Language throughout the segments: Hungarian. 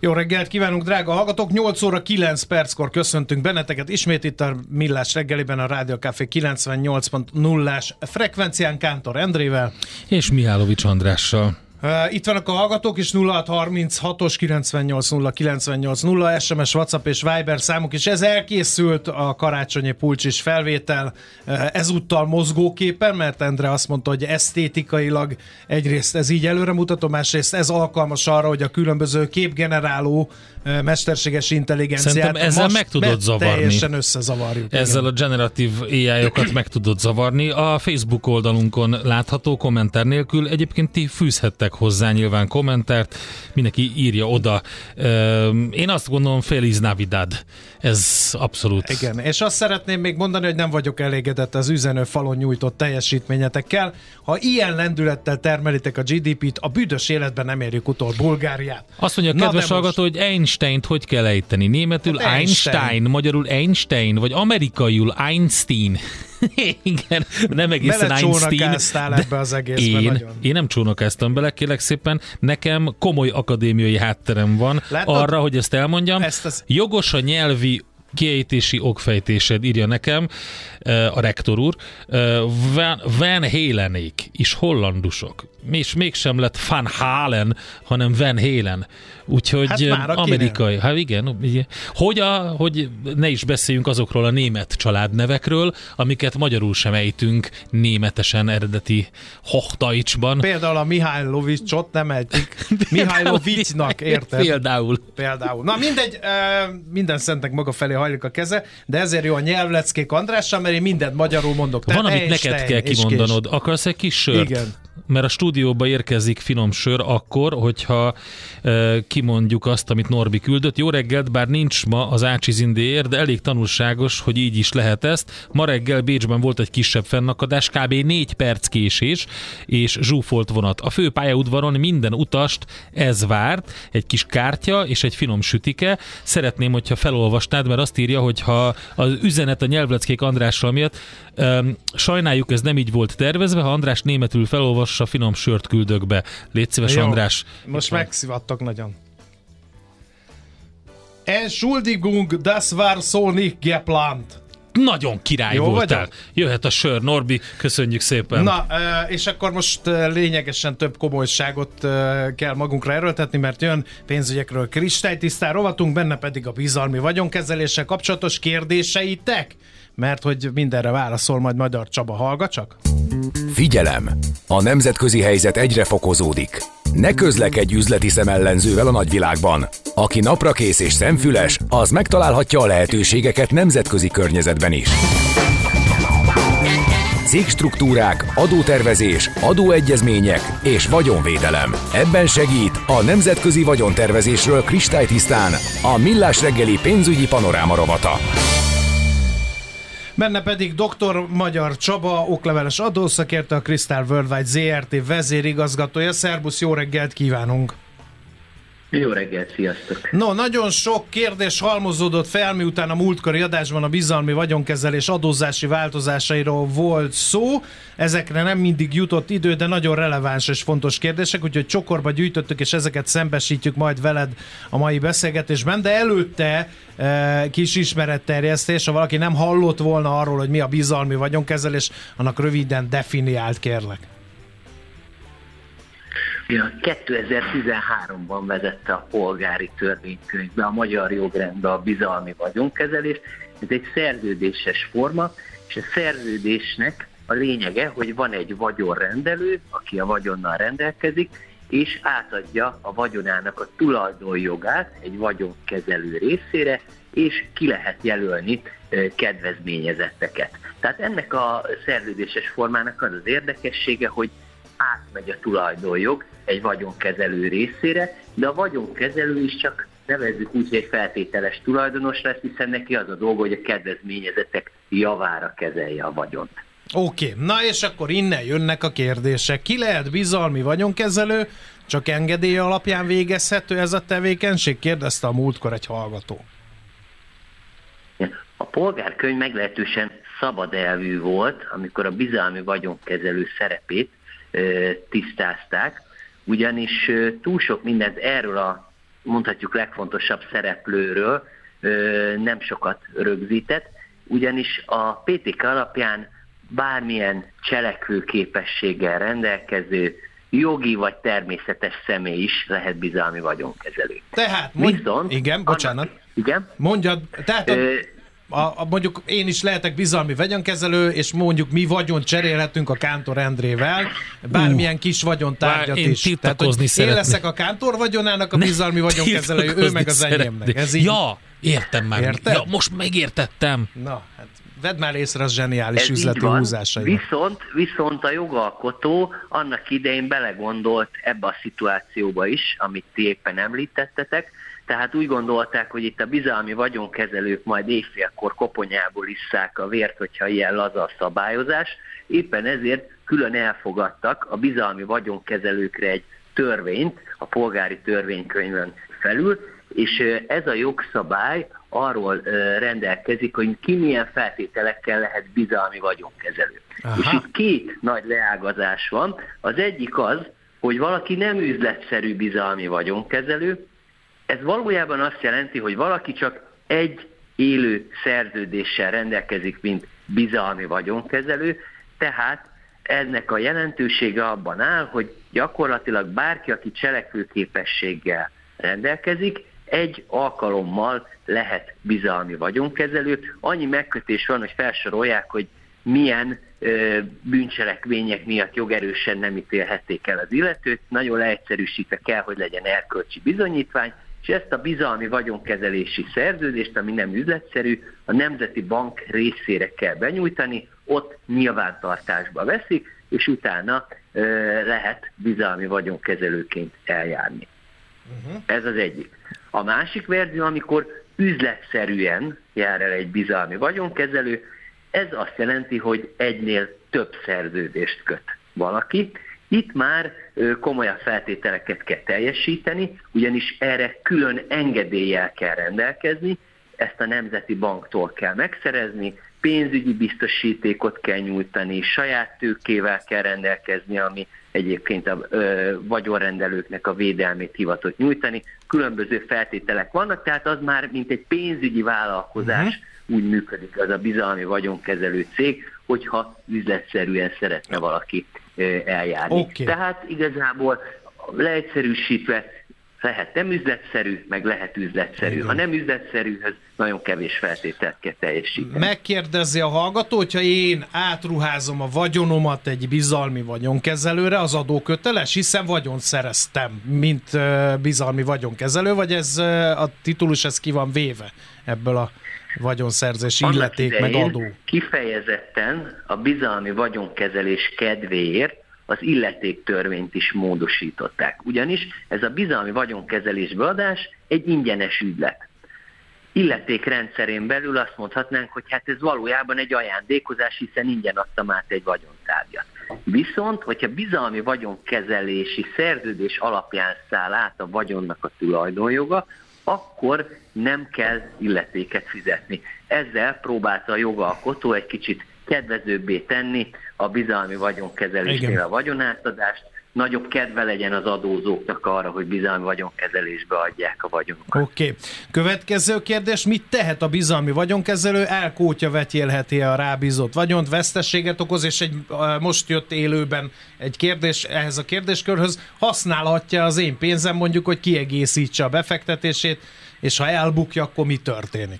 Jó reggelt kívánunk, drága hallgatók! 8 óra 9 perckor köszöntünk benneteket. Ismét itt a Millás reggeliben a Rádió Café 98.0-ás frekvencián Kántor Endrével. És Mihálovics Andrással. Itt vannak a hallgatók is, 0636-os 980980 SMS, WhatsApp és Viber számuk is. Ez elkészült a karácsonyi pulcsis felvétel, ezúttal mozgóképen, mert Endre azt mondta, hogy esztétikailag egyrészt ez így előremutató, másrészt ez alkalmas arra, hogy a különböző képgeneráló mesterséges intelligenciát szerintem ezzel meg tudod zavarni. Teljesen összezavarjuk. Ezzel igen. a generatív AI-okat meg tudod zavarni. A Facebook oldalunkon látható kommentár nélkül. Egyébként ti fűzhettek hozzá nyilván kommentárt. Mindenki írja oda. Én azt gondolom, Feliz Navidad. Ez abszolút. Igen, és azt szeretném még mondani, hogy nem vagyok elégedett az üzenőfalon nyújtott teljesítményetekkel. Ha ilyen lendülettel termelitek a GDP-t, a büdös életben nem érjük utol Bulgáriát. Azt mondja a kedves hallgató, hogy Einsteint hogy kell ejteni? Németül Hát Einstein, magyarul Einstein, vagy amerikaiul Einstein. Igen, nem egészen Einstein. Belecsónakáztál ebbe az egészben nagyon. Én nem csónakáztam bele, kérlek szépen. Nekem komoly akadémiai hátterem van. Látod? Arra, hogy ezt elmondjam. Jogos a nyelvi kiejtési okfejtésed, írja nekem a rektor úr. Van Halenék is hollandusok. És mégsem lett Van Halen, hanem Van Halen. Úgyhogy amerikai. Hát igen. Hogy ne is beszéljünk azokról a német családnevekről, amiket magyarul sem ejtünk németesen eredeti Hochdeutschban. Például a Mihajlovicsot nem ejtik. Mihajlovicsnak, érted? Például. Na mindegy, minden szentnek maga felé hajlik a keze, de ezért jó a nyelvleckék Andrással, mert én mindent magyarul mondok. Van, amit neked kell kimondanod. Akarsz egy kis sört? Igen. Mert a stúdióba érkezik finom sör akkor, hogyha kimondjuk azt, amit Norbi küldött. Jó reggelt, bár nincs ma az Ácsi Zindéért, de elég tanulságos, hogy így is lehet ezt. Ma reggel Bécsben volt egy kisebb fennakadás, kb. 4 perc késés és zsúfolt vonat. A fő pályaudvaron minden utast ez várt, egy kis kártya és egy finom sütike. Szeretném, hogyha felolvasnád, mert azt írja, hogy ha az üzenet a nyelvleckék Andrással miatt, sajnáljuk, ez nem így volt tervezve, ha András németül felolvassa, finom sört küldök be. Légy szíves, jó, András. Most megszivattok nagyon. Entschuldigung, das war so nicht geplant. Nagyon király jó voltál. Vagyok? Jöhet a sör, Norbi, köszönjük szépen. Na, és akkor most lényegesen több komolyságot kell magunkra erőltetni, mert jön pénzügyekről kristálytisztán rovatunk, benne pedig a bizalmi vagyonkezeléssel kapcsolatos kérdéseitek, mert hogy mindenre válaszol majd Magyar Csaba, hallgat csak. Figyelem! A nemzetközi helyzet egyre fokozódik. Ne közlekedj üzleti szemellenzővel a nagyvilágban. Aki naprakész és szemfüles, az megtalálhatja a lehetőségeket nemzetközi környezetben is. Cégstruktúrák, adótervezés, adóegyezmények és vagyonvédelem. Ebben segít a nemzetközi vagyontervezésről kristálytisztán a Millás reggeli pénzügyi panoráma rovata. Benne pedig dr. Magyar Csaba, okleveles adószakértő, a Crystal Worldwide ZRT vezérigazgatója. Szerbusz, jó reggelt kívánunk! Jó reggelt, sziasztok! No, nagyon sok kérdés halmozódott fel, miután a múltkori adásban a bizalmi vagyonkezelés adózási változásairól volt szó. Ezekre nem mindig jutott idő, de nagyon releváns és fontos kérdések, úgyhogy csokorba gyűjtöttük, és ezeket szembesítjük majd veled a mai beszélgetésben, de előtte kis ismeretterjesztés, ha valaki nem hallott volna arról, hogy mi a bizalmi vagyonkezelés, annak röviden definiált, kérlek. Ja, 2013-ban vezette a polgári törvénykönyvbe a magyar jogrendbe a bizalmi vagyonkezelést. Ez egy szerződéses forma, és a szerződésnek a lényege, hogy van egy vagyonrendelő, aki a vagyonnal rendelkezik, és átadja a vagyonának a tulajdonjogát egy vagyonkezelő részére, és ki lehet jelölni kedvezményezetteket. Tehát ennek a szerződéses formának az az érdekessége, hogy átmegy a tulajdonjog egy vagyonkezelő részére, de a vagyonkezelő is csak nevezzük úgy, hogy egy feltételes tulajdonos lesz, hiszen neki az a dolga, hogy a kedvezményezettek javára kezelje a vagyont. Oké, na és akkor innen jönnek a kérdések. Ki lehet bizalmi vagyonkezelő? Csak engedély alapján végezhető ez a tevékenység? Kérdezte a múltkor egy hallgató. A polgárkönyv meglehetősen szabad elvű volt, amikor a bizalmi vagyonkezelő szerepét tisztázták, ugyanis túl sok mindent erről a mondhatjuk legfontosabb szereplőről nem sokat rögzített, ugyanis a PTK alapján bármilyen cselekvőképességgel rendelkező jogi vagy természetes személy is lehet bizalmi vagyonkezelő. Tehát, igen, bocsánat. Igen? Mondjad, tehát mondjuk én is lehetek bizalmi vagyonkezelő, és mondjuk mi vagyont cserélhetünk a Kántor Endrével, bármilyen kis vagyontárgyat is. Tehát, én leszek a Kántor vagyonának a bizalmi vagyonkezelő, ő meg az enyémnek. Ez így... Ja, értem már. Érted? Ja, most megértettem. Na, hát vedd már észre az zseniális ez üzleti húzásai. Viszont a jogalkotó annak idején belegondolt ebbe a szituációba is, amit ti éppen említettetek, tehát úgy gondolták, hogy itt a bizalmi vagyonkezelők majd éjfélkor koponyából isszák a vért, hogyha ilyen laza a szabályozás. Éppen ezért külön elfogadtak a bizalmi vagyonkezelőkre egy törvényt, a polgári törvénykönyvön felül, és ez a jogszabály arról rendelkezik, hogy ki milyen feltételekkel lehet bizalmi vagyonkezelő. Aha. És itt két nagy leágazás van. Az egyik az, hogy valaki nem üzletszerű bizalmi vagyonkezelő. Ez valójában azt jelenti, hogy valaki csak egy élő szerződéssel rendelkezik, mint bizalmi vagyonkezelő, tehát ennek a jelentősége abban áll, hogy gyakorlatilag bárki, aki cselekvőképességgel rendelkezik, egy alkalommal lehet bizalmi vagyonkezelő. Annyi megkötés van, hogy felsorolják, hogy milyen bűncselekmények miatt jogerősen nem ítélhették el az illetőt. Nagyon leegyszerűsítve kell, hogy legyen erkölcsi bizonyítvány, és ezt a bizalmi vagyonkezelési szerződést, ami nem üzletszerű, a Nemzeti Bank részére kell benyújtani, ott nyilvántartásba veszik, és utána lehet bizalmi vagyonkezelőként eljárni. Ez az egyik. A másik verzió, amikor üzletszerűen jár el egy bizalmi vagyonkezelő, ez azt jelenti, hogy egynél több szerződést köt valaki. Itt már komolyabb feltételeket kell teljesíteni, ugyanis erre külön engedéllyel kell rendelkezni, ezt a Nemzeti Banktól kell megszerezni, pénzügyi biztosítékot kell nyújtani, saját tőkével kell rendelkezni, ami egyébként a vagyonrendelőknek a védelmét hivatott nyújtani. Különböző feltételek vannak, tehát az már mint egy pénzügyi vállalkozás úgy működik az a bizalmi vagyonkezelő cég, hogyha üzletszerűen szeretne valaki eljárni. Okay. Tehát igazából leegyszerűsítve lehet nem üzletszerű, meg lehet üzletszerű. A nem üzletszerűhöz nagyon kevés feltételt kell teljesíteni. Megkérdezi a hallgató, hogyha én átruházom a vagyonomat egy bizalmi vagyonkezelőre, az adóköteles, hiszen vagyont szereztem, mint bizalmi vagyonkezelő, vagy ez a titulus ez ki van véve ebből a vagyonszerzés, illeték, meg adó? Kifejezetten a bizalmi vagyonkezelés kedvéért az illetéktörvényt is módosították. Ugyanis ez a bizalmi vagyonkezelés beadás egy ingyenes ügylet. Illeték rendszerén belül azt mondhatnánk, hogy hát ez valójában egy ajándékozás, hiszen ingyen adtam át egy vagyontárgyat. Viszont, hogyha bizalmi vagyonkezelési szerződés alapján száll át a vagyonnak a tulajdonjoga, akkor nem kell illetéket fizetni. Ezzel próbálta a jogalkotó egy kicsit kedvezőbbé tenni a bizalmi vagyonkezelésnél a vagyonátadást, nagyobb kedve legyen az adózóknak arra, hogy bizalmi vagyonkezelésbe adják a vagyonukat. Oké. Következő kérdés, mit tehet a bizalmi vagyonkezelő? Elkótya vetélheti a rábízott vagyont, veszteséget okoz, és most jött élőben egy kérdés ehhez a kérdéskörhöz, használhatja az én pénzem mondjuk, hogy kiegészítse a befektetését, és ha elbukja, akkor mi történik?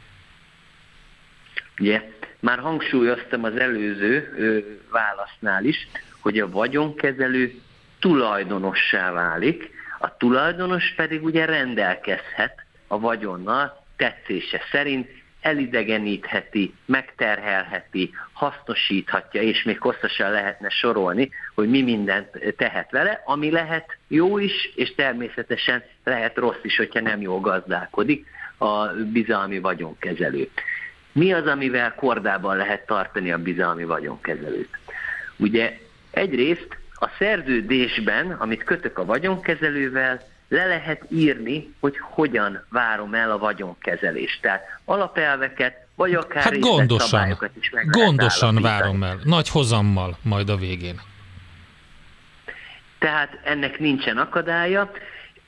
Ugye, már hangsúlyoztam az előző válasznál is, hogy a vagyonkezelő tulajdonossá válik, a tulajdonos pedig ugye rendelkezhet a vagyonnal tetszése szerint, elidegenítheti, megterhelheti, hasznosíthatja, és még hosszasan lehetne sorolni, hogy mi mindent tehet vele, ami lehet jó is, és természetesen lehet rossz is, hogyha nem jól gazdálkodik a bizalmi vagyonkezelő. Mi az, amivel kordában lehet tartani a bizalmi vagyonkezelőt? Ugye egyrészt a szerződésben, amit kötök a vagyonkezelővel, le lehet írni, hogy hogyan várom el a vagyonkezelést. Tehát alapelveket, vagy akár részletszabályokat is meg lehet gondosan állapítani. várom el, nagy hozammal majd a végén. Tehát ennek nincsen akadálya.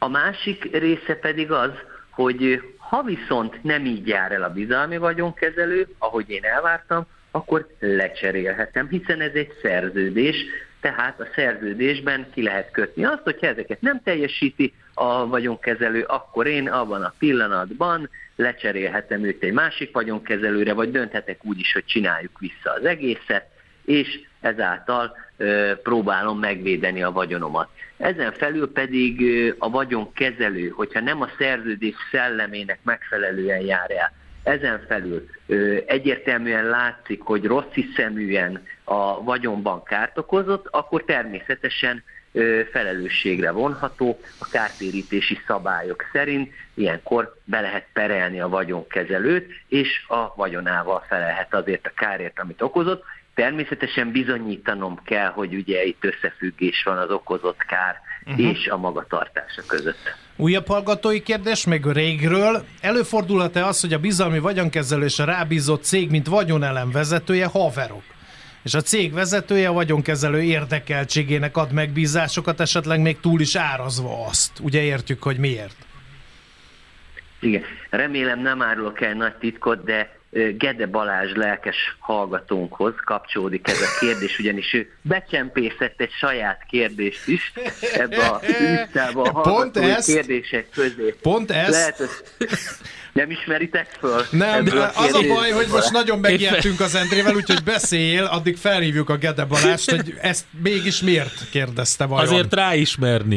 A másik része pedig az, hogy ha viszont nem így jár el a bizalmi vagyonkezelő, ahogy én elvártam, akkor lecserélhetem, hiszen ez egy szerződés, tehát a szerződésben ki lehet kötni azt, hogyha ezeket nem teljesíti a vagyonkezelő, akkor én abban a pillanatban lecserélhetem őt egy másik vagyonkezelőre, vagy dönthetek úgy is, hogy csináljuk vissza az egészet, és ezáltal próbálom megvédeni a vagyonomat. Ezen felül pedig a vagyonkezelő, hogyha nem a szerződés szellemének megfelelően jár el, ezen felül egyértelműen látszik, hogy rossz hiszeműen a vagyonban kárt okozott, akkor természetesen felelősségre vonható a kártérítési szabályok szerint, ilyenkor be lehet perelni a vagyonkezelőt, és a vagyonával felelhet azért a kárért, amit okozott. Természetesen bizonyítanom kell, hogy ugye itt összefüggés van az okozott kár és a magatartása között. Újabb hallgatói kérdés, még régről. Előfordulhat-e az, hogy a bizalmi vagyonkezelő és a rábízott cég, mint vagyonelem vezetője haverok? És a cég vezetője a vagyonkezelő érdekeltségének ad megbízásokat, esetleg még túl is árazva azt. Ugye értjük, hogy miért? Igen, remélem nem árulok el nagy titkot, de Gede Balázs lelkes hallgatónkhoz kapcsolódik ez a kérdés, ugyanis ő becsempészett egy saját kérdést is ebbe a listába a hallgatói kérdések közé. Pont ez? Lehet, hogy nem ismeritek föl? Nem, de az a baj, hogy most nagyon megijedtünk az Endrével, úgyhogy beszéljél, addig felhívjuk a Gede Balást, hogy ezt mégis miért kérdezte vajon? Azért ráismerni.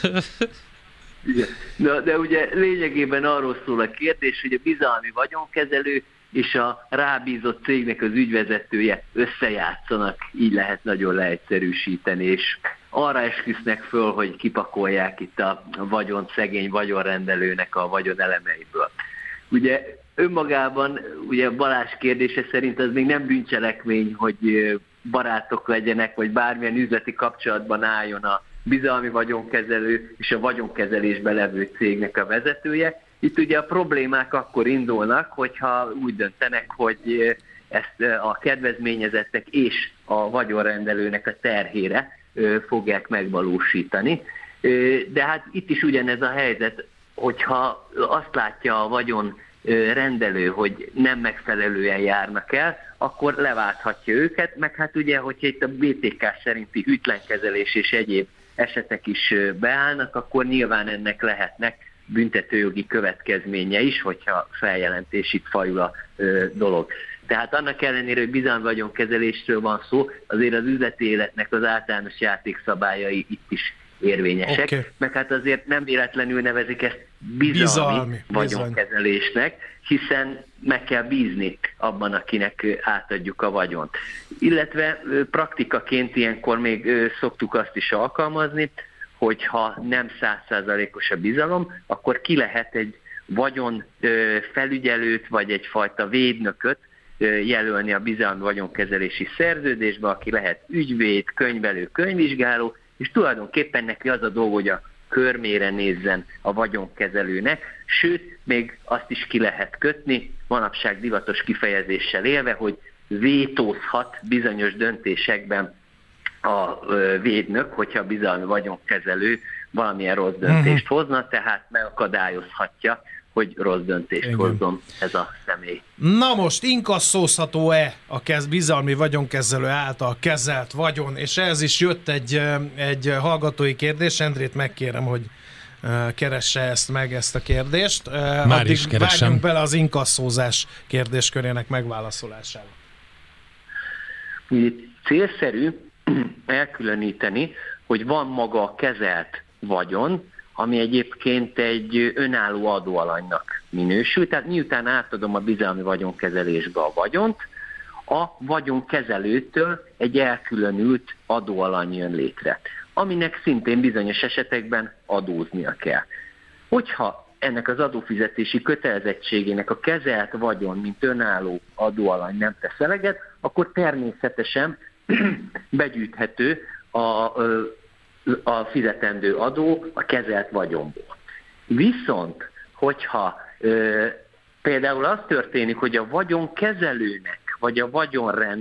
De ugye lényegében arról szól a kérdés, hogy a bizalmi vagyonkezelő és a rábízott cégnek az ügyvezetője összejátszanak, így lehet nagyon leegyszerűsíteni, és arra esküsznek föl, hogy kipakolják itt a vagyont szegény vagyonrendelőnek a vagyonelemeiből. Ugye önmagában, ugye Balázs kérdése szerint az még nem bűncselekmény, hogy barátok legyenek, vagy bármilyen üzleti kapcsolatban álljon a bizalmi vagyonkezelő és a vagyonkezelésben levő cégnek a vezetője. Itt ugye a problémák akkor indulnak, hogyha úgy döntenek, hogy ezt a kedvezményezettek és a vagyonrendelőnek a terhére fogják megvalósítani. De hát itt is ugyanez a helyzet, hogyha azt látja a vagyonrendelő, hogy nem megfelelően járnak el, akkor leválthatja őket, meg hát ugye, hogyha itt a BTK szerinti hűtlenkezelés és egyéb esetek is beállnak, akkor nyilván ennek lehetnek büntetőjogi következménye is, hogyha feljelentésig fajul a dolog. Tehát annak ellenére, hogy bizalmi vagyonkezelésről van szó, azért az üzleti életnek az általános játékszabályai itt is érvényesek, okay. Meg hát azért nem véletlenül nevezik ezt bizalmi vagyonkezelésnek, hiszen meg kell bízni abban, akinek átadjuk a vagyont. Illetve praktikaként ilyenkor még szoktuk azt is alkalmazni, hogyha nem 100%-os a bizalom, akkor ki lehet egy vagyon felügyelőt, vagy egyfajta védnököt jelölni a bizalmi vagyonkezelési szerződésbe, aki lehet ügyvéd, könyvelő, könyvvizsgáló, és tulajdonképpen neki az a dolga, hogy a körmére nézzen a vagyonkezelőnek, sőt, még azt is ki lehet kötni, manapság divatos kifejezéssel élve, hogy vétózhat bizonyos döntésekben a védnök, hogyha a bizalmi vagyonkezelő valamilyen rossz döntést hozna, tehát megakadályozhatja, hogy rossz döntést hozzon ez a személy. Na most inkasszózható-e a bizalmi vagyonkezelő által kezelt vagyon? És ez is jött egy hallgatói kérdés. Endrét megkérem, hogy keresse ezt a kérdést. Már addig is keresem. Vágjunk bele az inkasszózás kérdéskörének megválaszolásába. Célszerű elkülöníteni, hogy van maga a kezelt vagyon, ami egyébként egy önálló adóalanynak minősül. Tehát miután átadom a bizalmi vagyonkezelésbe a vagyont, a vagyonkezelőtől egy elkülönült adóalany jön létre, aminek szintén bizonyos esetekben adóznia kell. Hogyha ennek az adófizetési kötelezettségének a kezelt vagyon, mint önálló adóalany nem tesz eleget, akkor természetesen begyűjthető a fizetendő adó a kezelt vagyonból. Viszont, hogyha például az történik, hogy a vagyonkezelőnek, vagy a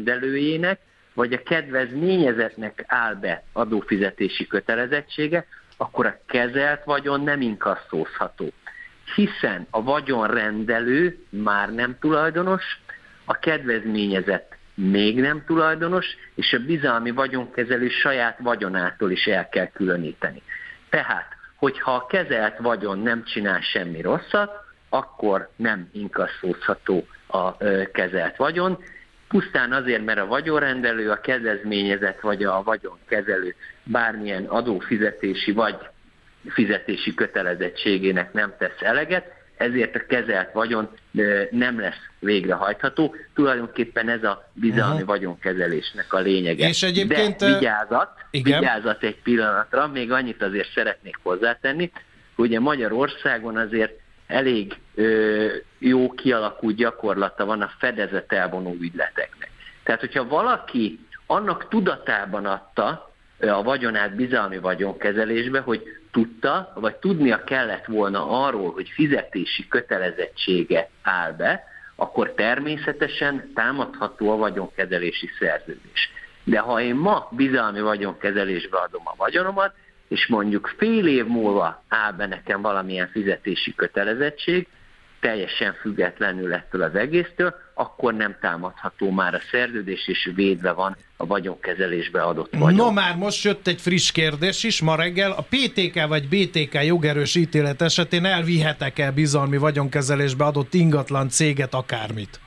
vagyonrendelőjének, vagy a kedvezményezetnek áll be adófizetési kötelezettsége, akkor a kezelt vagyon nem inkasszózható, hiszen a vagyonrendelő már nem tulajdonos, a kedvezményezett még nem tulajdonos, és a bizalmi vagyonkezelő saját vagyonától is el kell különíteni. Tehát, hogyha a kezelt vagyon nem csinál semmi rosszat, akkor nem inkasszózható a kezelt vagyon, pusztán azért, mert a vagyonrendelő, a kedvezményezett vagy a vagyonkezelő bármilyen adófizetési vagy fizetési kötelezettségének nem tesz eleget, ezért a kezelt vagyon nem lesz végrehajtható. Tulajdonképpen ez a bizalmi vagyonkezelésnek a lényege. És egyébként... De vigyázat egy pillanatra, még annyit azért szeretnék hozzátenni, hogy ugye Magyarországon azért elég jó kialakult gyakorlata van a fedezet elvonó ügyleteknek. Tehát, hogyha valaki annak tudatában adta a vagyonát bizalmi vagyonkezelésbe, hogy tudta, vagy tudnia kellett volna arról, hogy fizetési kötelezettsége áll be, akkor természetesen támadható a vagyonkezelési szerződés. De ha én ma bizalmi vagyonkezelésbe adom a vagyonomat, és mondjuk fél év múlva áll be nekem valamilyen fizetési kötelezettség, teljesen függetlenül ettől az egésztől, akkor nem támadható már a szerződés, és védve van a vagyonkezelésbe adott vagyon. No, már most jött egy friss kérdés is ma reggel. A PTK vagy BTK jogerős ítélet esetén elvihetek-e bizalmi vagyonkezelésbe adott ingatlan céget, akármit?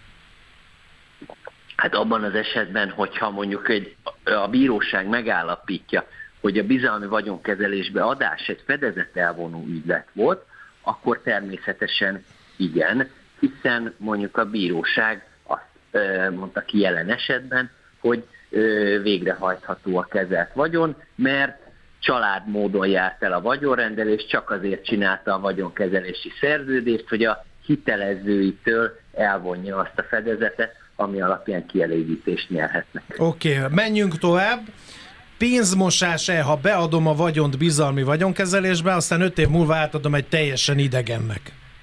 Hát abban az esetben, hogyha mondjuk a bíróság megállapítja, hogy a bizalmi vagyonkezelésbe adás egy fedezet elvonó ügylet volt, akkor természetesen igen, hiszen mondjuk a bíróság azt mondta ki jelen esetben, hogy végrehajtható a kezelt vagyon, mert családmódon járt el a vagyonrendelés, csak azért csinálta a vagyonkezelési szerződést, hogy a hitelezőitől elvonja azt a fedezetet, ami alapján kielégítést nyerhetnek. Oké, menjünk tovább. Pénzmosás-e, ha beadom a vagyont bizalmi vagyonkezelésbe, aztán 5 év múlva átadom egy teljesen idegennek?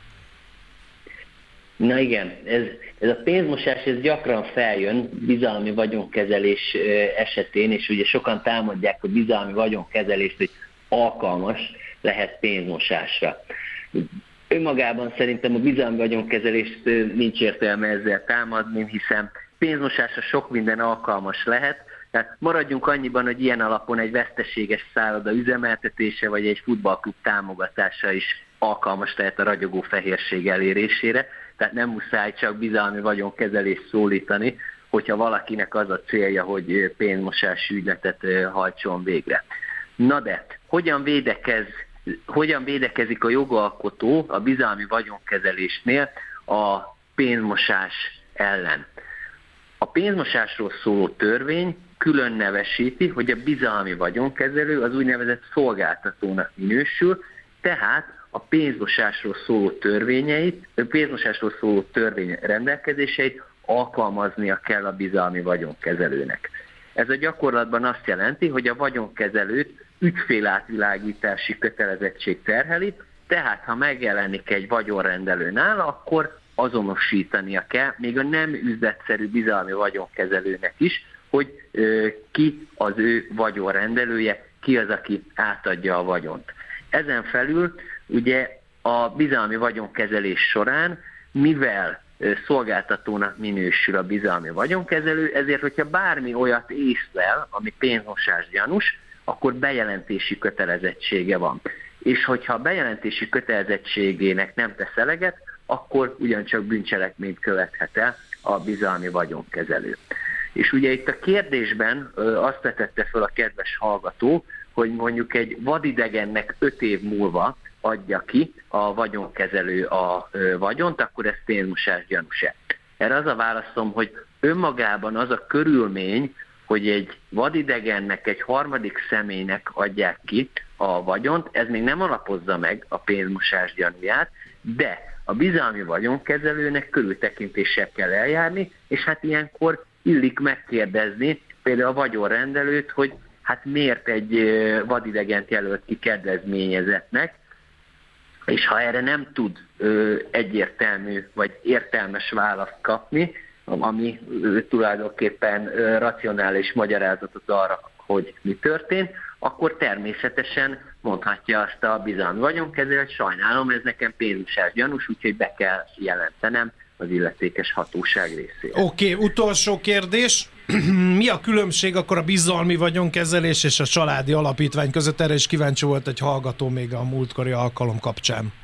Na igen, ez a pénzmosás ez gyakran feljön bizalmi vagyonkezelés esetén, és ugye sokan támadják a bizalmi vagyonkezelést, hogy alkalmas lehet pénzmosásra. Önmagában szerintem a bizalmi vagyonkezelést nincs értelme ezzel támadni, hiszen pénzmosásra sok minden alkalmas lehet. Tehát maradjunk annyiban, hogy ilyen alapon egy veszteséges szálloda üzemeltetése, vagy egy futballklub támogatása is alkalmas lehet a ragyogó fehérség elérésére. Tehát nem muszáj csak bizalmi vagyonkezelést szólítani, hogyha valakinek az a célja, hogy pénzmosási ügyletet hajtson végre. Na de, hogyan védekezik a jogalkotó a bizalmi vagyonkezelésnél a pénzmosás ellen? A pénzmosásról szóló törvény külön nevesíti, hogy a bizalmi vagyonkezelő az úgynevezett szolgáltatónak minősül, tehát a pénzmosásról szóló törvény rendelkezéseit alkalmaznia kell a bizalmi vagyonkezelőnek. Ez a gyakorlatban azt jelenti, hogy a vagyonkezelőt ügyfélátvilágítási kötelezettség terheli, tehát ha megjelenik egy vagyonrendelő nála, akkor azonosítania kell, még a nem üzletszerű bizalmi vagyonkezelőnek is, hogy ki az ő vagyonrendelője, ki az, aki átadja a vagyont. Ezen felül ugye a bizalmi vagyonkezelés során, mivel szolgáltatónak minősül a bizalmi vagyonkezelő, ezért, hogyha bármi olyat észlel, ami pénzmosás gyanús, akkor bejelentési kötelezettsége van. És hogyha a bejelentési kötelezettségének nem tesz eleget, akkor ugyancsak bűncselekményt követhet el a bizalmi vagyonkezelő. És ugye itt a kérdésben azt vetette fel a kedves hallgató, hogy mondjuk egy vadidegennek 5 év múlva adja ki a vagyonkezelő a vagyont, akkor ez pénzmosás gyanús-e? Erre az a válaszom, hogy önmagában az a körülmény, hogy egy vadidegennek, egy harmadik személynek adják ki a vagyont, ez még nem alapozza meg a pénzmosás gyanúját, de a bizalmi vagyonkezelőnek körültekintéssel kell eljárni, és hát ilyenkor illik megkérdezni például a vagyonrendelőt, hogy hát miért egy vadidegent jelölt ki kedvezményezettnek, és ha erre nem tud egyértelmű vagy értelmes választ kapni, ami tulajdonképpen racionális magyarázatot arra, hogy mi történt, akkor természetesen mondhatja azt a bizalmi vagyonkezelő, hogy sajnálom, ez nekem pénzmosás gyanús, úgyhogy be kell jelentenem az illetékes hatóság részére. Oké, utolsó kérdés. Mi a különbség akkor a bizalmi vagyonkezelés és a családi alapítvány között? Erre is kíváncsi volt egy hallgató még a múltkori alkalom kapcsán.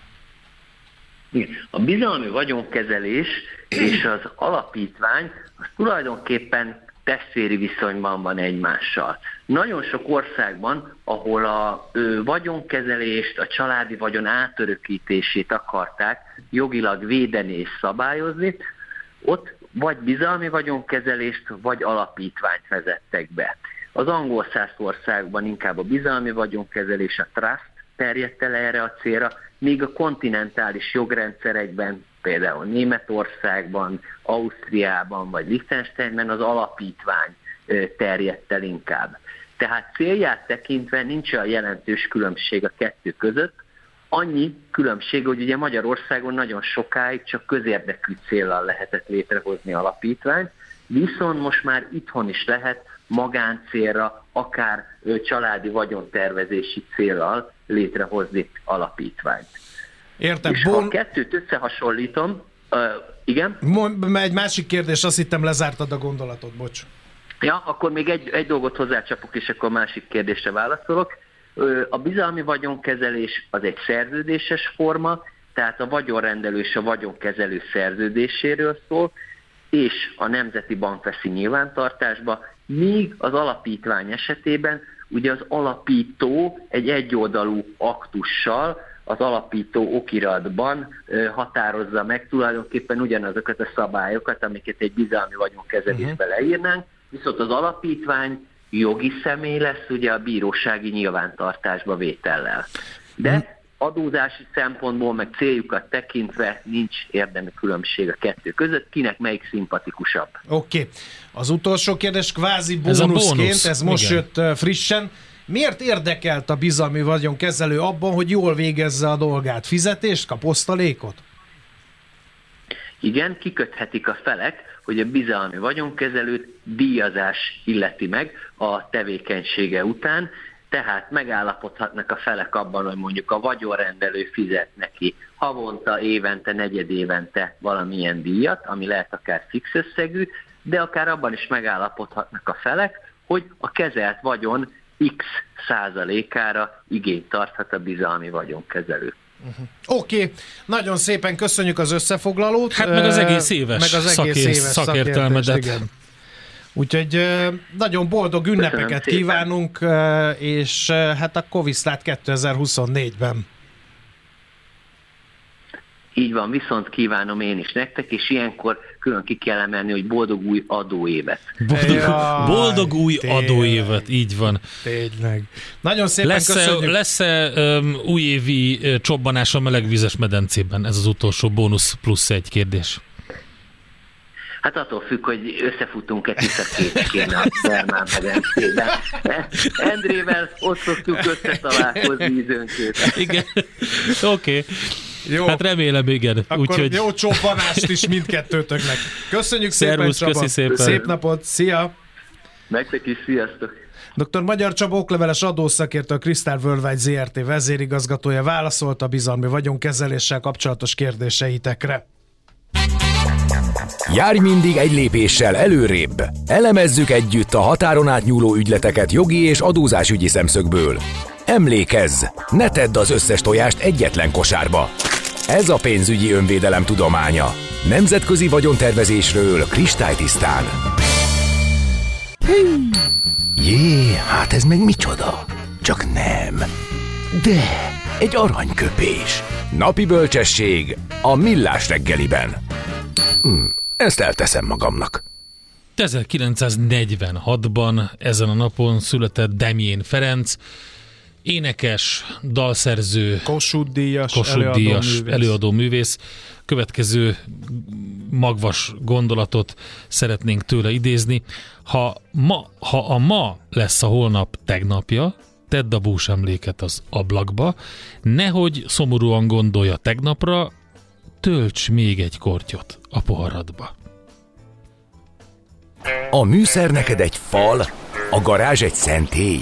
A bizalmi vagyonkezelés és az alapítvány az tulajdonképpen testvéri viszonyban van egymással. Nagyon sok országban, ahol a vagyonkezelést, a családi vagyon átörökítését akarták jogilag védeni és szabályozni, ott vagy bizalmi vagyonkezelést, vagy alapítványt vezettek be. Az angol száz országban inkább a bizalmi vagyonkezelés, a trust terjedt el erre a célra, míg a kontinentális jogrendszerekben, például Németországban, Ausztriában vagy Liechtensteinben az alapítvány terjedt el inkább. Tehát célját tekintve nincs olyan jelentős különbség a kettő között, annyi különbség, hogy ugye Magyarországon nagyon sokáig csak közérdekű céllal lehetett létrehozni alapítványt, viszont most már itthon is lehet magáncélra, akár családi vagyontervezési céllal létrehozni alapítványt. Értem. És ha a kettőt összehasonlítom, igen? Egy másik kérdés, azt hittem lezártad a gondolatot, bocs. Ja, akkor még egy dolgot hozzácsapok, és akkor a másik kérdésre válaszolok. A bizalmi vagyonkezelés az egy szerződéses forma, tehát a vagyonrendelő és a vagyonkezelő szerződéséről szól, és a Nemzeti Bank veszi nyilvántartásba, míg az alapítvány esetében ugye az alapító egy egyoldalú aktussal az alapító okiratban határozza meg tulajdonképpen ugyanazokat a szabályokat, amiket egy bizalmi vagyonkezelésbe leírnánk, viszont az alapítvány jogi személy lesz ugye a bírósági nyilvántartásba vétellel. De adózási szempontból, meg céljukat tekintve nincs érdemi különbség a kettő között, kinek melyik szimpatikusabb. Oké. Az utolsó kérdés kvázi bónuszként, ez most igen. jött frissen. Miért érdekelt a bizalmi vagyonkezelő abban, hogy jól végezze a dolgát? Fizetést kap, osztalékot? Igen, kiköthetik a felek, hogy a bizalmi vagyonkezelőt díjazás illeti meg a tevékenysége után, tehát megállapodhatnak a felek abban, hogy mondjuk a vagyonrendelő fizet neki havonta, évente, negyedévente valamilyen díjat, ami lehet akár fix összegű, de akár abban is megállapodhatnak a felek, hogy a kezelt vagyon X százalékára igényt tarthat a bizalmi vagyonkezelő. Oké, nagyon szépen köszönjük az összefoglalót. Hát meg az egész éves, szakértelmedet. Igen. Úgyhogy nagyon boldog ünnepeket kívánunk, és hát akkor viszlát 2024-ben. Így van, viszont kívánom én is nektek, és ilyenkor külön ki kell emelni, hogy boldog új adóévet. Boldog új adóévet, így van. Tényleg. Nagyon szépen köszönjük. Lesz-e újévi csobbanás a melegvizes medencében? Ez az utolsó bónusz plusz egy kérdés. Hát attól függ, hogy összefutunk-e tisztakétként a Bermán medencében. Endrével ott szoktuk összetalálkozni időnként. Igen, oké. Jó. Hát remélem, igen. Akkor úgyhogy... jó csobbanást is mindkettőtöknek. Köszönjük Szervusz, szépen, Csaba. Szépen. Szép napot, szia! Nektek is, sziasztok! Dr. Magyar Csaba okleveles adószakértő, a Crystal Worldwide ZRT vezérigazgatója válaszolt a bizalmi vagyonkezeléssel kapcsolatos kérdéseitekre. Járj mindig egy lépéssel előrébb. Elemezzük együtt a határon átnyúló ügyleteket jogi és adózásügyi szemszögből. Emlékezz, ne tedd az összes tojást egyetlen kosárba. Ez a pénzügyi önvédelem tudománya. Nemzetközi vagyontervezésről kristálytisztán. Jé, hát ez meg micsoda? Csak nem. De, egy aranyköpés. Napi bölcsesség a Millás reggeliben. Ezt elteszem magamnak. 1946-ban ezen a napon született Damien Ferenc, énekes, dalszerző, Kossuth Díjas előadó művész. Következő magvas gondolatot szeretnénk tőle idézni. Ha a ma lesz a holnap tegnapja, tedd a bús emléket az ablakba, nehogy szomorúan gondolja tegnapra, tölts még egy kortyot a poharadba. A műszer neked egy fal, a garázs egy szentély.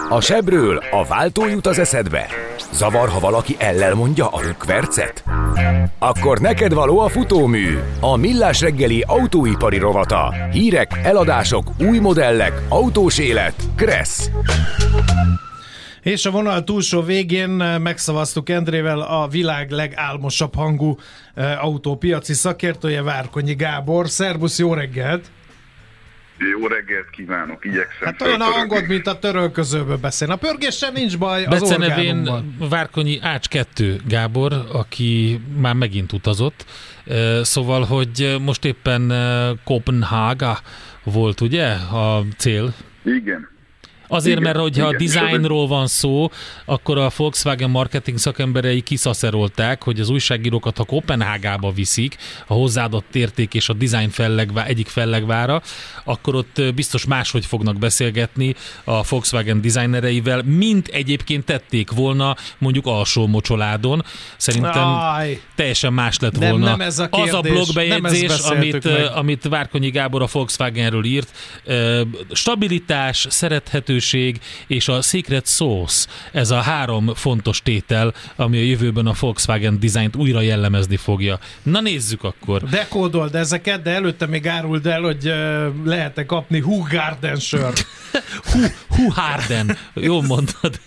A sebről a váltó jut az eszedbe? Zavar, ha valaki ellel mondja a rükvercet? Akkor neked való a futómű, a Millás reggeli autóipari rovata. Hírek, eladások, új modellek, autós élet, Kressz. És a vonal túlsó végén megszavaztuk Endrével a világ legálmosabb hangú autópiaci szakértője, Várkonyi Gábor. Szerbusz, jó reggelt! Jó reggelt kívánok, igyekszem. Hát olyan a hangod, mint a törölközőből beszél. A pörgéssel nincs baj, az orgánumban. Várkonyi Ács 2 Gábor, aki már megint utazott. Szóval, hogy most éppen Kopenhága volt, ugye, a cél? Igen. Azért, mert hogyha a designról van szó, akkor a Volkswagen marketing szakemberei kiszaszerolták, hogy az újságírókat, ha Kopenhágába viszik, a hozzáadott érték és a design egyik fellegvára, akkor ott biztos máshogy fognak beszélgetni a Volkswagen designereivel, mint egyébként tették volna mondjuk alsó mocsoládon. Szerintem teljesen más lett volna. Nem ez a kérdés, az a blogbejegyzés, amit Várkonyi Gábor a Volkswagenről írt. Stabilitás, szerethetőség és a secret sauce, ez a 3 fontos tétel, ami a jövőben a Volkswagen dizájnt újra jellemezni fogja. Na nézzük akkor. Dekódold ezeket, de előtte még áruld el, hogy lehet-e kapni Húgarden sört. Húgarden. Jól mondod.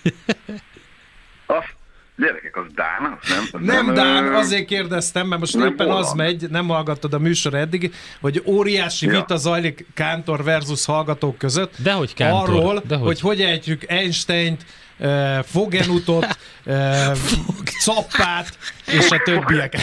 Gyerekek, az Dán? Nem Dán, azért kérdeztem, mert most éppen az megy, nem hallgattad a műsor eddig, hogy óriási vita zajlik Kántor versus hallgatók között. Dehogy Kántor. Arról, hogy ejtjük Einsteint, Fogenutot, Cappát és a többieket.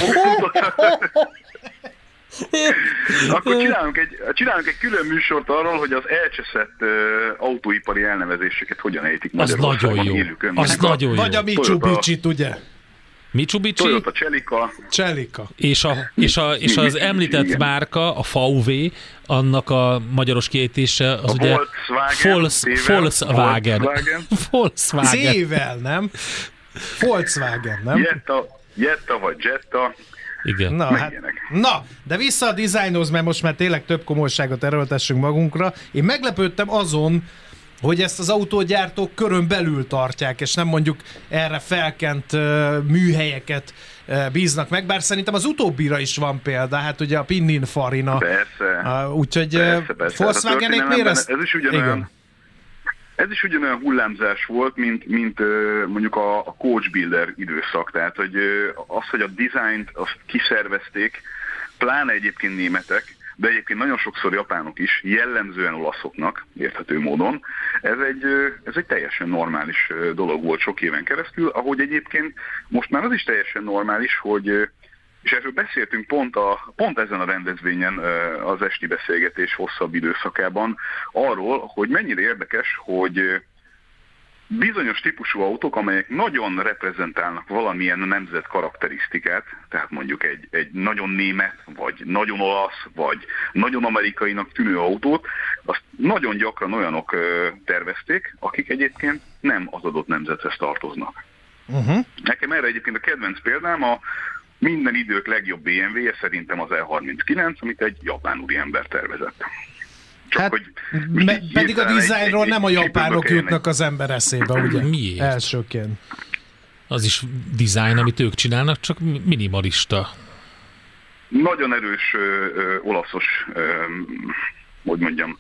Akkor csinálunk egy külön műsort arról, hogy az elcseszett autóipari elnevezéseket hogyan ejtik Magyarországon. Az nagyon jó. Az nagyon jó. Vagy a Mitsubishi-t, ugye? Mitsubishi? Toyota Celica. És az említett márka, a VW, annak a magyaros kiejtése az ugye Volkswagen. C-vel, nem? Volkswagen, nem? Jetta vagy Jetta. Igen. Na, de vissza a dizájnhoz, mert most már tényleg több komolyságot erőltessünk magunkra. Én meglepődtem azon, hogy ezt az autógyártók körön belül tartják, és nem mondjuk erre felkent műhelyeket bíznak meg, bár szerintem az utóbbira is van példa, hát ugye a Pininfarina. Persze. Úgyhogy Volkswagenék miért ezt? Ez is ugyanolyan hullámzás volt, mint mondjuk a coach builder időszak. Tehát, hogy hogy a dizájnt azt kiszervezték, pláne egyébként németek, de egyébként nagyon sokszor japánok is, jellemzően olaszoknak, érthető módon. Ez egy teljesen normális dolog volt sok éven keresztül, ahogy egyébként most már az is teljesen normális, hogy és erről beszéltünk pont ezen a rendezvényen az esti beszélgetés hosszabb időszakában arról, hogy mennyire érdekes, hogy bizonyos típusú autók, amelyek nagyon reprezentálnak valamilyen nemzet karakterisztikát, tehát mondjuk egy nagyon német, vagy nagyon olasz, vagy nagyon amerikainak tűnő autót, azt nagyon gyakran olyanok tervezték, akik egyébként nem az adott nemzethez tartoznak. Nekem erre egyébként a kedvenc példám a minden idők legjobb BMW-je szerintem az E39, amit egy japán úriember tervezett. Csak hogy pedig a dizájnról nem a japánok jutnak az ember eszébe, ugye? Miért? Elsőként. Az is dizájn, amit ők csinálnak, csak minimalista. Nagyon erős olaszos, hogy mondjam,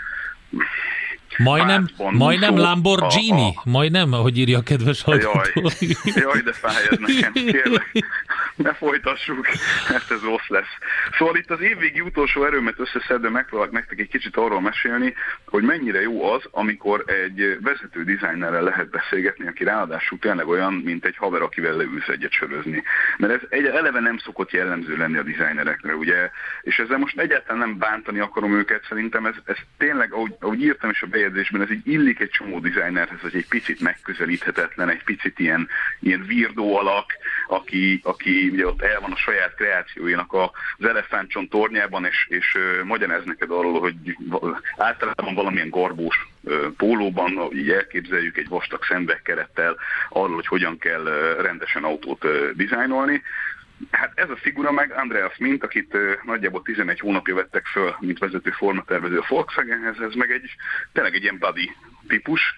Majdnem Lamborghini? Majdnem, ahogy írja a kedves hallgató. Jaj, de fáj ez nekem. Kérlek, ne folytassuk, mert ez rossz lesz. Szóval itt az évvégi utolsó erőmet összeszedve megpróbálok nektek egy kicsit arról mesélni, hogy mennyire jó az, amikor egy vezető dizájnerrel lehet beszélgetni, aki ráadásul tényleg olyan, mint egy haver, akivel leülsz egyet sörözni. Mert ez eleve nem szokott jellemző lenni a dizájnerekre, ugye? És ezzel most egyáltalán nem bántani akarom őket, szerintem ez tényleg, ahogy írtam is a bejegyzésben, ez így illik egy csomó dizájnerhez, hogy egy picit megközelíthetetlen, egy picit ilyen virdó alak, aki ugye ott el van a saját kreációjának az elefántcsont tornyában, és magyaráz neked arról, hogy általában valamilyen garbós pólóban, ahogy így elképzeljük egy vastag szemüvegkerettel, arról, hogy hogyan kell rendesen autót dizájnolni. Hát ez a figura meg Andreas Mint, akit nagyjából 11 hónapja vettek föl, mint vezető formatervező a Volkswagenhez, ez meg tényleg egy ilyen buddy típus,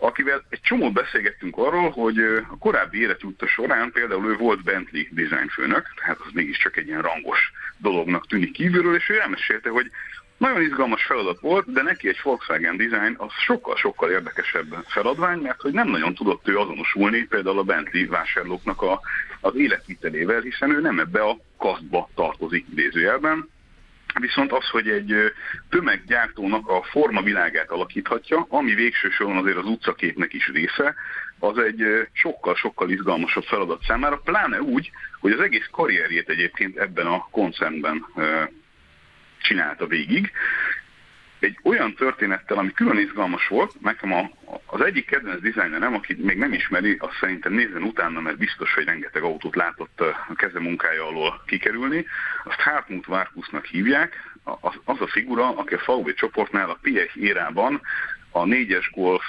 akivel egy csomót beszélgettünk arról, hogy a korábbi életútja során például ő volt Bentley design főnök, tehát az mégiscsak egy ilyen rangos dolognak tűnik kívülről, és ő elmesélte, hogy nagyon izgalmas feladat volt, de neki egy Volkswagen design az sokkal-sokkal érdekesebb feladvány, mert hogy nem nagyon tudott ő azonosulni például a Bentley vásárlóknak az életvitelével, hiszen ő nem ebbe a kasztba tartozik idézőjelben. Viszont az, hogy egy tömeggyártónak a formavilágát alakíthatja, ami végső soron azért az utcaképnek is része, az egy sokkal-sokkal izgalmasabb feladat számára, pláne úgy, hogy az egész karrierjét egyébként ebben a koncernben csinálta végig. Egy olyan történettel, ami külön izgalmas volt, nekem az egyik kedvenc designerem, akit még nem ismeri, azt szerintem nézzen utána, mert biztos, hogy rengeteg autót látott a keze munkája alól kikerülni. Azt Hartmut Varkusnak hívják, az a figura, aki a VW csoportnál a Piech érában a 4-es Golf,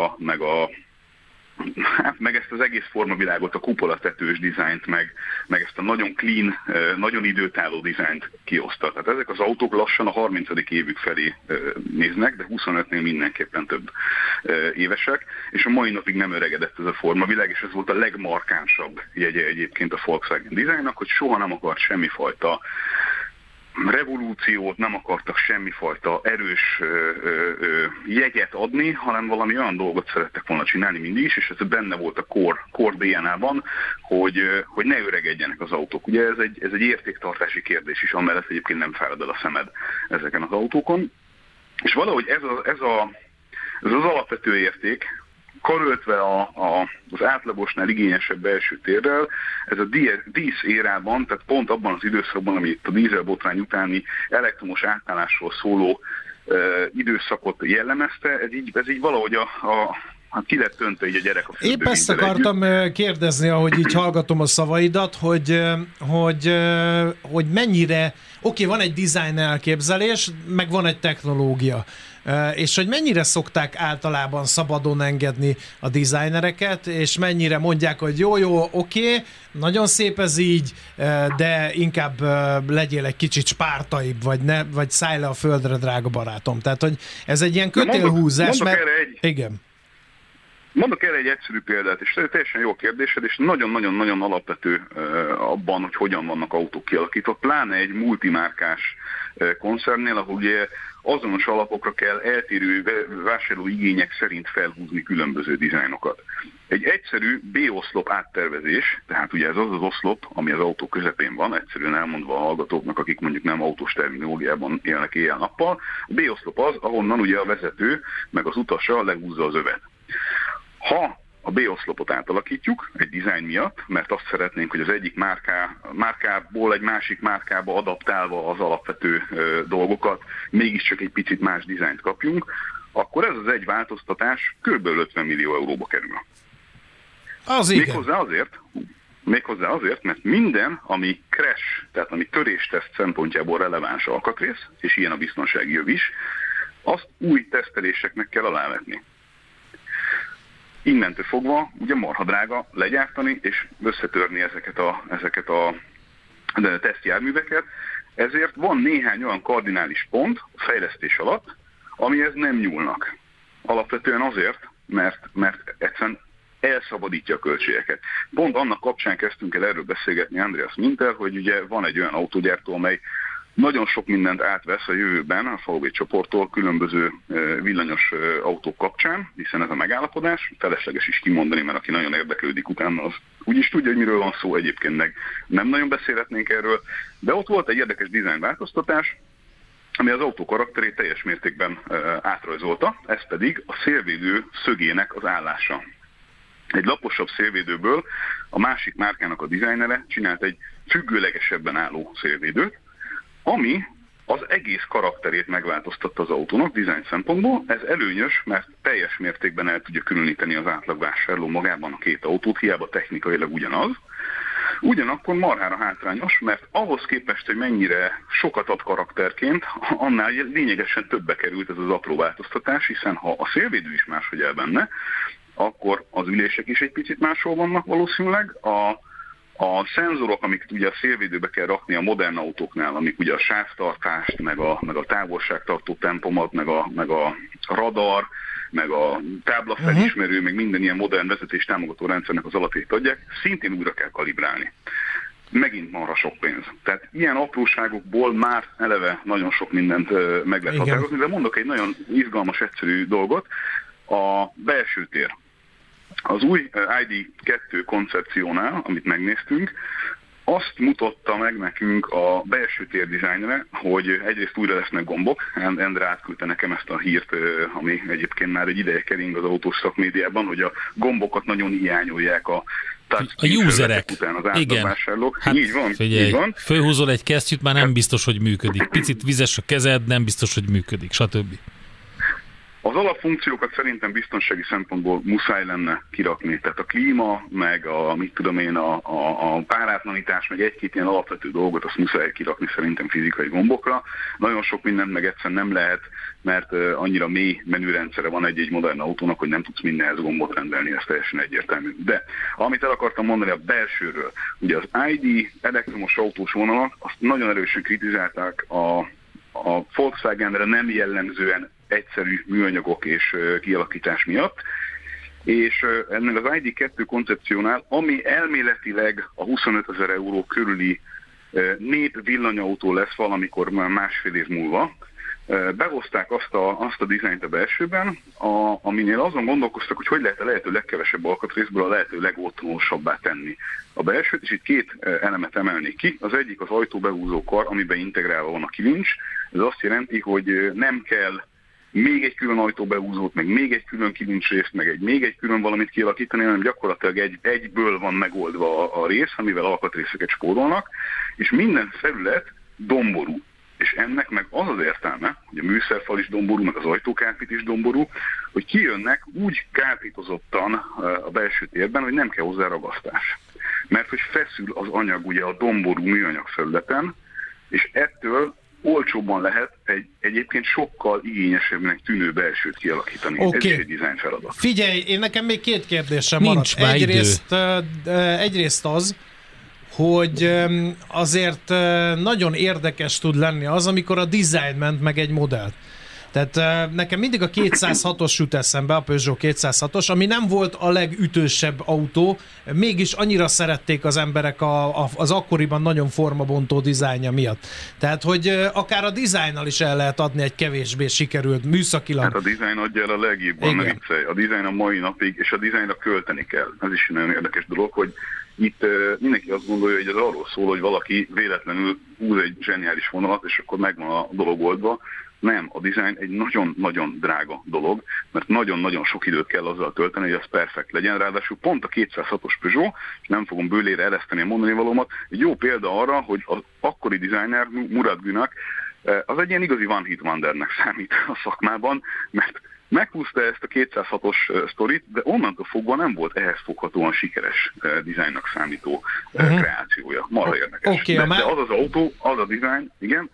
meg ezt az egész formavilágot, a kupolatetős dizájnt, meg ezt a nagyon clean, nagyon időtálló dizájnt kioszta. Tehát ezek az autók lassan a 30. évük felé néznek, de 25-nél mindenképpen több évesek, és a mai napig nem öregedett ez a formavilág, és ez volt a legmarkánsabb jegye egyébként a Volkswagen dizájnnak, hogy soha nem akart semmifajta revolúciót, nem akartak semmifajta erős jegyet adni, hanem valami olyan dolgot szerettek volna csinálni mindig is, és ez benne volt a core DNA-ban, hogy ne öregedjenek az autók. Ugye ez egy értéktartási kérdés is, amellett egyébként nem fárad el a szemed ezeken az autókon. És valahogy ez az alapvető érték, karöltve az átlagosnál igényesebb belső térrel, ez a DIS érában, tehát pont abban az időszakban, ami itt a dízelbotrány utáni elektromos átállásról szóló időszakot jellemezte, ez így valahogy hát ki lett öntve így a gyerek a fürdővízzel. Épp ezt akartam kérdezni, ahogy így hallgatom a szavaidat, hogy mennyire, oké, van egy design elképzelés, meg van egy technológia, és hogy mennyire szokták általában szabadon engedni a designereket, és mennyire mondják, hogy jó, oké, nagyon szép ez így, de inkább legyél egy kicsit spártaibb, vagy szállj le a földre, drága barátom. Tehát, hogy ez egy ilyen kötélhúzás, igen. Mondok erre egy egyszerű példát, és teljesen jó kérdésed, és nagyon-nagyon-nagyon alapvető abban, hogy hogyan vannak autók kialakítva, pláne egy multimárkás koncernnél, ahol ugye azonos alapokra kell eltérő vásárló igények szerint felhúzni különböző dizájnokat. Egy egyszerű B-oszlop áttervezés, tehát ugye ez az az oszlop, ami az autó közepén van, egyszerűen elmondva a hallgatóknak, akik mondjuk nem autós terminológiában élnek éjjel-nappal, a B-oszlop az, ahonnan ugye a vezető meg az utasa lehúzza az övet. Ha a B-oszlopot átalakítjuk egy dizájn miatt, mert azt szeretnénk, hogy az egyik márkából egy másik márkába adaptálva az alapvető dolgokat mégiscsak egy picit más dizájnt kapjunk, akkor ez az egy változtatás kb. 50 millió euróba kerül. Az igen. Méghozzá azért, mert minden, ami crash, tehát ami törésteszt szempontjából releváns alkatrész, és ilyen a biztonsági jöv is, azt új teszteléseknek kell alávetni. Innentől fogva ugye marha drága legyártani és összetörni ezeket a tesztjárműveket, ezért van néhány olyan kardinális pont a fejlesztés alatt, amihez nem nyúlnak. Alapvetően azért, mert egyszerűen elszabadítja a költségeket. Pont annak kapcsán kezdtünk el erről beszélgetni Andreas Minter, hogy ugye van egy olyan autógyártó, amely nagyon sok mindent átvesz a jövőben a VW csoporttól különböző villanyos autók kapcsán, hiszen ez a megállapodás, felesleges is kimondani, mert aki nagyon érdeklődik utána, az úgyis tudja, hogy miről van szó, egyébként meg nem nagyon beszélhetnénk erről, de ott volt egy érdekes dizájnváltoztatás, ami az autó karakterét teljes mértékben átrajzolta, ez pedig a szélvédő szögének az állása. Egy laposabb szélvédőből a másik márkának a dizájnere csinált egy függőlegesebben álló szélvédőt, ami az egész karakterét megváltoztatta az autónak dizájn szempontból. Ez előnyös, mert teljes mértékben el tudja különíteni az átlagvásárló magában a két autót, hiába technikailag ugyanaz. Ugyanakkor marhára hátrányos, mert ahhoz képest, hogy mennyire sokat ad karakterként, annál lényegesen többbe került ez az apró változtatás, hiszen ha a szélvédő is máshogy el benne, akkor az ülések is egy picit máshol vannak valószínűleg. A szenzorok, amiket ugye a szélvédőbe kell rakni a modern autóknál, amik ugye a sávtartást, meg a távolságtartó tempomat, meg a radar, meg a táblafelismerő, meg minden ilyen modern vezetés támogató rendszernek az alapjait adják, szintén újra kell kalibrálni. Megint marha sok pénz. Tehát ilyen apróságokból már eleve nagyon sok mindent meg lehet határozni, de mondok egy nagyon izgalmas, egyszerű dolgot. A belső tér. Az új ID2 koncepciónál, amit megnéztünk, azt mutatta meg nekünk a belső tér dizájnere, hogy egyrészt újra lesznek gombok. Endre átküldte nekem ezt a hírt, ami egyébként már egy ideje kering az autós szakmédiában, hogy a gombokat nagyon hiányolják a userek után az átlagvásárlók. Hát így van, figyelj, így van. Fölhúzol egy kesztyűt, már nem biztos, hogy működik. Picit vizes a kezed, nem biztos, hogy működik, stb. Az alapfunkciókat szerintem biztonsági szempontból muszáj lenne kirakni. Tehát a klíma, meg a párátlanítás, meg egy-két ilyen alapvető dolgot, azt muszáj kirakni szerintem fizikai gombokra. Nagyon sok mindent meg egyszerűen nem lehet, mert annyira mély menürendszere van egy-egy modern autónak, hogy nem tudsz mindenhez gombot rendelni, ez teljesen egyértelmű. De amit el akartam mondani a belsőről, ugye az ID elektromos autós vonalat, azt nagyon erősen kritizálták a Volkswagenre nem jellemzően egyszerű műanyagok és kialakítás miatt, és ennek az ID2 koncepciónál, ami elméletileg a 25 000 euró körüli nép villanyautó lesz valamikor már másfél év múlva, behozták azt a dizájnt a belsőben, aminél azon gondolkoztak, hogy lehet a lehető legkevesebb alkatrészből a lehető legotthonosabbá tenni a belsőt, és itt két elemet emelnék ki. Az egyik az ajtóbehúzó kar, amiben integrálva van a kilincs. Ez azt jelenti, hogy nem kell még egy külön ajtóbehúzót, meg még egy külön kilincsrészt, meg még egy külön valamit kialakítani, hanem gyakorlatilag egyből van megoldva a rész, amivel alkatrészeket spórolnak, és minden felület domború. És ennek meg az az értelme, hogy a műszerfal is domború, meg az ajtókárpit is domború, hogy kijönnek úgy kárpítozottan a belső térben, hogy nem kell hozzá ragasztás. Mert hogy feszül az anyag ugye a domború műanyag felületen, és ettől olcsóbban lehet egy egyébként sokkal igényesebbnek tűnő belsőt kialakítani. Okay. Ez is egy dizájn feladat. Figyelj, én nekem még két kérdésem maradt. Egyrészt az, hogy azért nagyon érdekes tud lenni az, amikor a design ment meg egy modellt. Tehát nekem mindig a 206-os jut eszembe, a Peugeot 206-os, ami nem volt a legütősebb autó, mégis annyira szerették az emberek az akkoriban nagyon formabontó dizájnja miatt. Tehát, hogy akár a dizájnnal is el lehet adni egy kevésbé sikerült műszakilag. Hát a dizájn adja el a legjobban, ne viccelj. A dizájn a mai napig, és a dizájnra költeni kell. Ez is nagyon érdekes dolog, hogy itt mindenki azt gondolja, hogy ez arról szól, hogy valaki véletlenül húz egy zseniális vonalat, és akkor megvan a dolog oldva. Nem, a design egy nagyon-nagyon drága dolog, mert nagyon-nagyon sok időt kell azzal tölteni, hogy az perfekt legyen. Ráadásul pont a 206-os Peugeot, és nem fogom bőlére ereszteni a mondani valómat, egy jó példa arra, hogy az akkori designer, Murat Günak, az egy ilyen igazi one-hit wondernek számít a szakmában, mert meghúzta ezt a 206-os sztorit, de onnantól fogva nem volt ehhez foghatóan sikeres dizájnnak számító kreációja. Marha érdekes. Okay, de az az autó, az a dizájn, igen.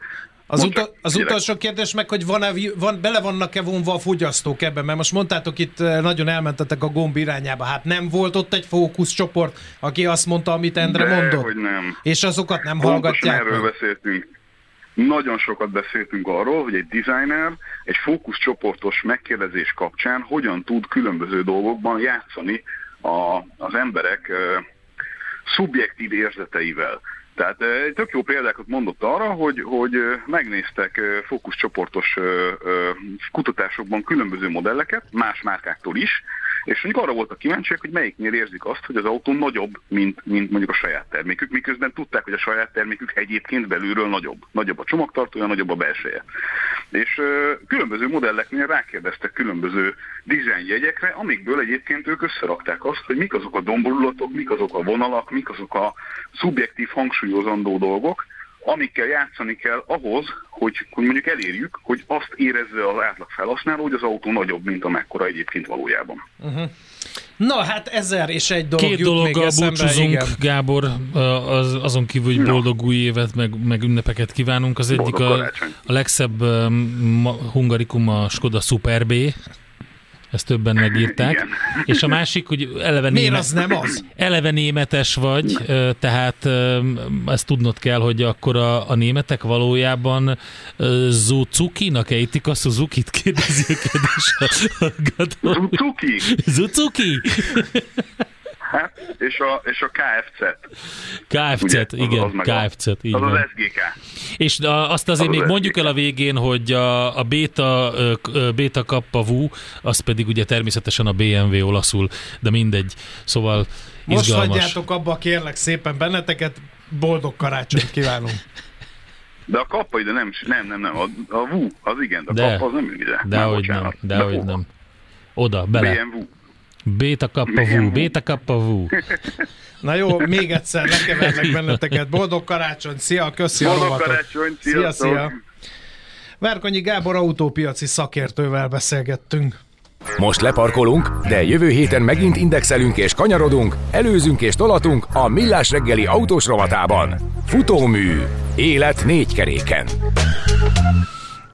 Az utolsó kérdés meg, hogy bele vannak-e vonva a fogyasztók ebben, mert most mondtátok itt, nagyon elmentetek a gomb irányába, hát nem volt ott egy fókuszcsoport, aki azt mondta, amit Endre mondott? Hogy nem. És azokat nem pontosan hallgatják erről meg? Beszéltünk. Nagyon sokat beszéltünk arról, hogy egy designer egy fókuszcsoportos megkérdezés kapcsán hogyan tud különböző dolgokban játszani az emberek szubjektív érzeteivel. Tehát tök jó példákat mondott arra, hogy megnéztek fókuszcsoportos kutatásokban különböző modelleket, más márkáktól is, és mondjuk arra voltak kíváncsiak, hogy melyiknél érzik azt, hogy az autó nagyobb, mint mondjuk a saját termékük, miközben tudták, hogy a saját termékük egyébként belülről nagyobb. Nagyobb a csomagtartója, nagyobb a belseje. És különböző modelleknél rákérdeztek különböző dizájnjegyekre, amikből egyébként ők összerakták azt, hogy mik azok a domborulatok, mik azok a vonalak, mik azok a szubjektív hangsúlyozandó dolgok, amikkel játszani kell ahhoz, hogy mondjuk elérjük, hogy azt érezze az átlag felhasználó, hogy az autó nagyobb, mint amekkora egyébként valójában. Uh-huh. Na hát 1001 dolog Két jut még dologgal eszembe, búcsúzunk, igen. Gábor, azon kívül, hogy boldog új évet, meg ünnepeket kívánunk. Az egyik a legszebb hungarikum a Skoda Superb, ezt többen megírták. Igen. És a másik, hogy Miért az nem az? eleve németes vagy, tehát ezt tudnod kell, hogy akkor a németek valójában Zuzuki-nak ejtik a Suzukit, kérdezi a kedves hallgató. Zuzuki? Hát, és a KFZ-t. KFZ-t, ugye, igen, az KFZ-t, így az van. az SGK. És azt azért még mondjuk el a végén, hogy a Beta Kappa V, az pedig ugye természetesen a BMW olaszul, de mindegy, szóval most izgalmas. Most hagyjátok abba, kérlek szépen benneteket, boldog karácsonyt kívánunk. De a Kappa ide nem, a V, az igen, a Kappa az nem ide. Dehogy nem. Oda, bele. BMW. Beta Kappa V, Beta Kappa V. Na jó, még egyszer lekeverlek benneteket. Boldog karácsony, szia, köszi a rovatot. Boldog karácsony, szia. Várkonyi Gábor autópiaci szakértővel beszélgettünk. Most leparkolunk, de jövő héten megint indexelünk és kanyarodunk, előzünk és tolatunk a Millás reggeli autós rovatában. Futómű. Élet 4 keréken.